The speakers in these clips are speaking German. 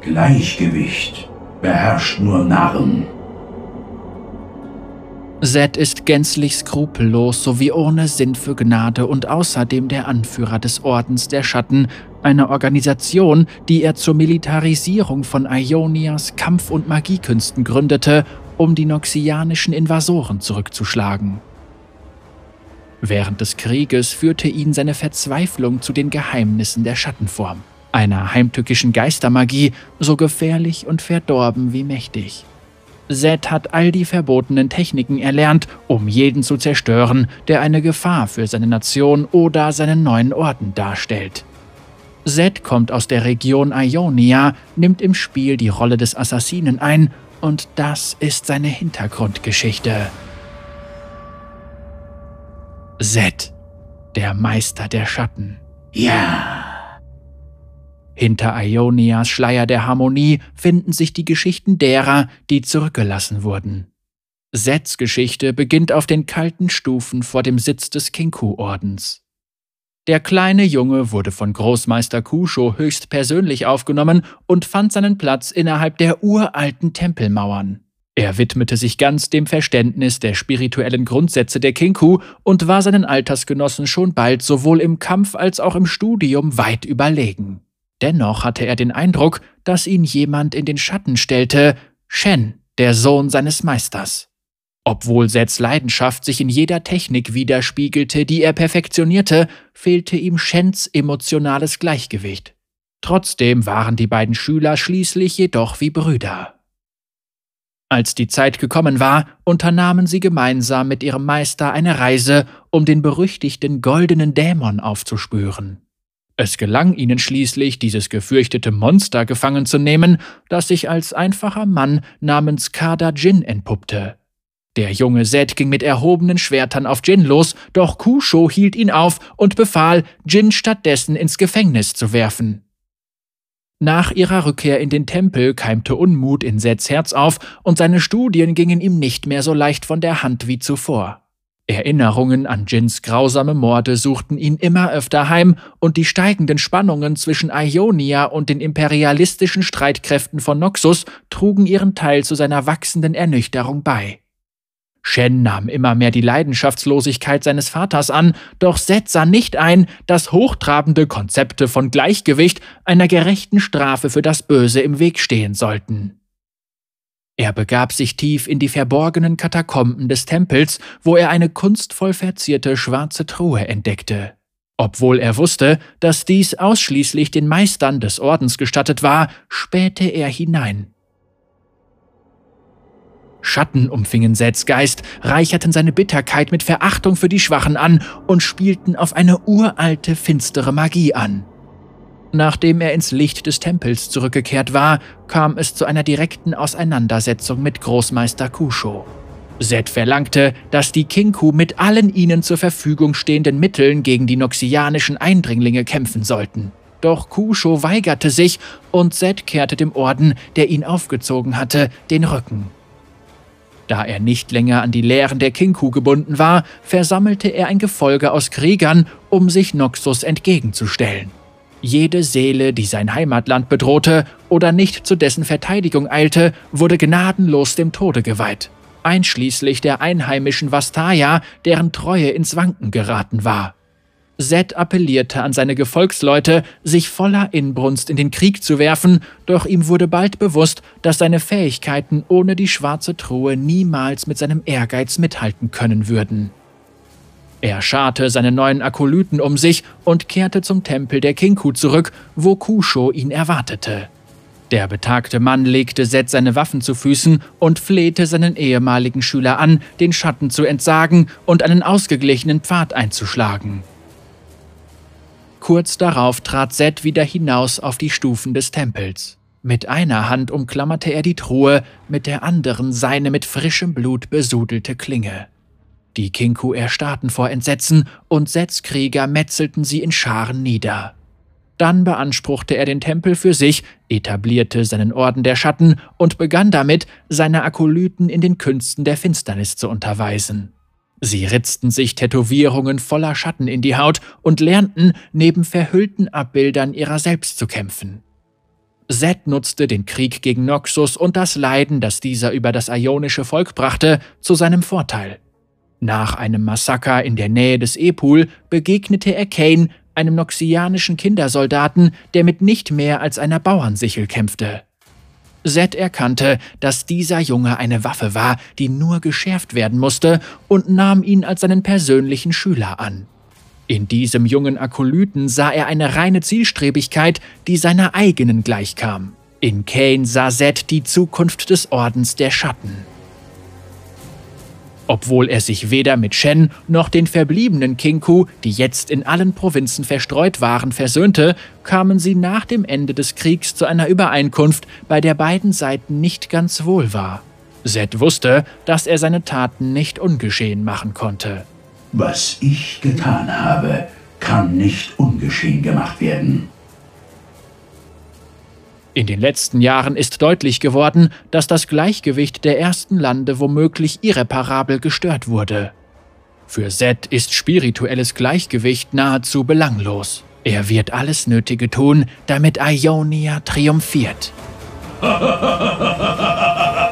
Gleichgewicht beherrscht nur Narren. Zed ist gänzlich skrupellos sowie ohne Sinn für Gnade und außerdem der Anführer des Ordens der Schatten, einer Organisation, die er zur Militarisierung von Aionias Kampf- und Magiekünsten gründete, um die noxianischen Invasoren zurückzuschlagen. Während des Krieges führte ihn seine Verzweiflung zu den Geheimnissen der Schattenform, einer heimtückischen Geistermagie, so gefährlich und verdorben wie mächtig. Zed hat all die verbotenen Techniken erlernt, um jeden zu zerstören, der eine Gefahr für seine Nation oder seinen neuen Orden darstellt. Zed kommt aus der Region Aionia, nimmt im Spiel die Rolle des Assassinen ein, und das ist seine Hintergrundgeschichte. Zed, der Meister der Schatten. Ja. Hinter Aionias Schleier der Harmonie finden sich die Geschichten derer, die zurückgelassen wurden. Zeds Geschichte beginnt auf den kalten Stufen vor dem Sitz des Kenku-Ordens. Der kleine Junge wurde von Großmeister Kusho höchstpersönlich aufgenommen und fand seinen Platz innerhalb der uralten Tempelmauern. Er widmete sich ganz dem Verständnis der spirituellen Grundsätze der Kenku und war seinen Altersgenossen schon bald sowohl im Kampf als auch im Studium weit überlegen. Dennoch hatte er den Eindruck, dass ihn jemand in den Schatten stellte, Shen, der Sohn seines Meisters. Obwohl Zeds Leidenschaft sich in jeder Technik widerspiegelte, die er perfektionierte, fehlte ihm Shens emotionales Gleichgewicht. Trotzdem waren die beiden Schüler schließlich jedoch wie Brüder. Als die Zeit gekommen war, unternahmen sie gemeinsam mit ihrem Meister eine Reise, um den berüchtigten goldenen Dämon aufzuspüren. Es gelang ihnen schließlich, dieses gefürchtete Monster gefangen zu nehmen, das sich als einfacher Mann namens Kada Jin entpuppte. Der junge Zed ging mit erhobenen Schwertern auf Jin los, doch Kusho hielt ihn auf und befahl, Jin stattdessen ins Gefängnis zu werfen. Nach ihrer Rückkehr in den Tempel keimte Unmut in Zeds Herz auf und seine Studien gingen ihm nicht mehr so leicht von der Hand wie zuvor. Erinnerungen an Jins grausame Morde suchten ihn immer öfter heim und die steigenden Spannungen zwischen Aionia und den imperialistischen Streitkräften von Noxus trugen ihren Teil zu seiner wachsenden Ernüchterung bei. Shen nahm immer mehr die Leidenschaftslosigkeit seines Vaters an, doch Zed sah nicht ein, dass hochtrabende Konzepte von Gleichgewicht einer gerechten Strafe für das Böse im Weg stehen sollten. Er begab sich tief in die verborgenen Katakomben des Tempels, wo er eine kunstvoll verzierte schwarze Truhe entdeckte. Obwohl er wusste, dass dies ausschließlich den Meistern des Ordens gestattet war, spähte er hinein. Schatten umfingen Zeds Geist, reicherten seine Bitterkeit mit Verachtung für die Schwachen an und spielten auf eine uralte, finstere Magie an. Nachdem er ins Licht des Tempels zurückgekehrt war, kam es zu einer direkten Auseinandersetzung mit Großmeister Kusho. Zed verlangte, dass die Kenku mit allen ihnen zur Verfügung stehenden Mitteln gegen die noxianischen Eindringlinge kämpfen sollten. Doch Kusho weigerte sich und Zed kehrte dem Orden, der ihn aufgezogen hatte, den Rücken. Da er nicht länger an die Lehren der Kenku gebunden war, versammelte er ein Gefolge aus Kriegern, um sich Noxus entgegenzustellen. Jede Seele, die sein Heimatland bedrohte oder nicht zu dessen Verteidigung eilte, wurde gnadenlos dem Tode geweiht, einschließlich der einheimischen Vastaya, deren Treue ins Wanken geraten war. Zed appellierte an seine Gefolgsleute, sich voller Inbrunst in den Krieg zu werfen, doch ihm wurde bald bewusst, dass seine Fähigkeiten ohne die schwarze Truhe niemals mit seinem Ehrgeiz mithalten können würden. Er scharte seine neuen Akolyten um sich und kehrte zum Tempel der Kenku zurück, wo Kusho ihn erwartete. Der betagte Mann legte Zed seine Waffen zu Füßen und flehte seinen ehemaligen Schüler an, den Schatten zu entsagen und einen ausgeglichenen Pfad einzuschlagen. Kurz darauf trat Zed wieder hinaus auf die Stufen des Tempels. Mit einer Hand umklammerte er die Truhe, mit der anderen seine mit frischem Blut besudelte Klinge. Die Kenku erstarrten vor Entsetzen und Zeds Krieger metzelten sie in Scharen nieder. Dann beanspruchte er den Tempel für sich, etablierte seinen Orden der Schatten und begann damit, seine Akolyten in den Künsten der Finsternis zu unterweisen. Sie ritzten sich Tätowierungen voller Schatten in die Haut und lernten, neben verhüllten Abbildern ihrer selbst zu kämpfen. Set nutzte den Krieg gegen Noxus und das Leiden, das dieser über das ionische Volk brachte, zu seinem Vorteil. Nach einem Massaker in der Nähe des Epul begegnete er Kain, einem noxianischen Kindersoldaten, der mit nicht mehr als einer Bauernsichel kämpfte. Set erkannte, dass dieser Junge eine Waffe war, die nur geschärft werden musste, und nahm ihn als seinen persönlichen Schüler an. In diesem jungen Akolyten sah er eine reine Zielstrebigkeit, die seiner eigenen gleichkam. In Kain sah Set die Zukunft des Ordens der Schatten. Obwohl er sich weder mit Shen noch den verbliebenen Kinku, die jetzt in allen Provinzen verstreut waren, versöhnte, kamen sie nach dem Ende des Kriegs zu einer Übereinkunft, bei der beiden Seiten nicht ganz wohl war. Set wusste, dass er seine Taten nicht ungeschehen machen konnte. Was ich getan habe, kann nicht ungeschehen gemacht werden. In den letzten Jahren ist deutlich geworden, dass das Gleichgewicht der ersten Lande womöglich irreparabel gestört wurde. Für Set ist spirituelles Gleichgewicht nahezu belanglos. Er wird alles Nötige tun, damit Ionia triumphiert. Nur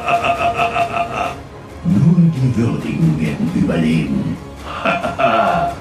die Würdigen werden überleben.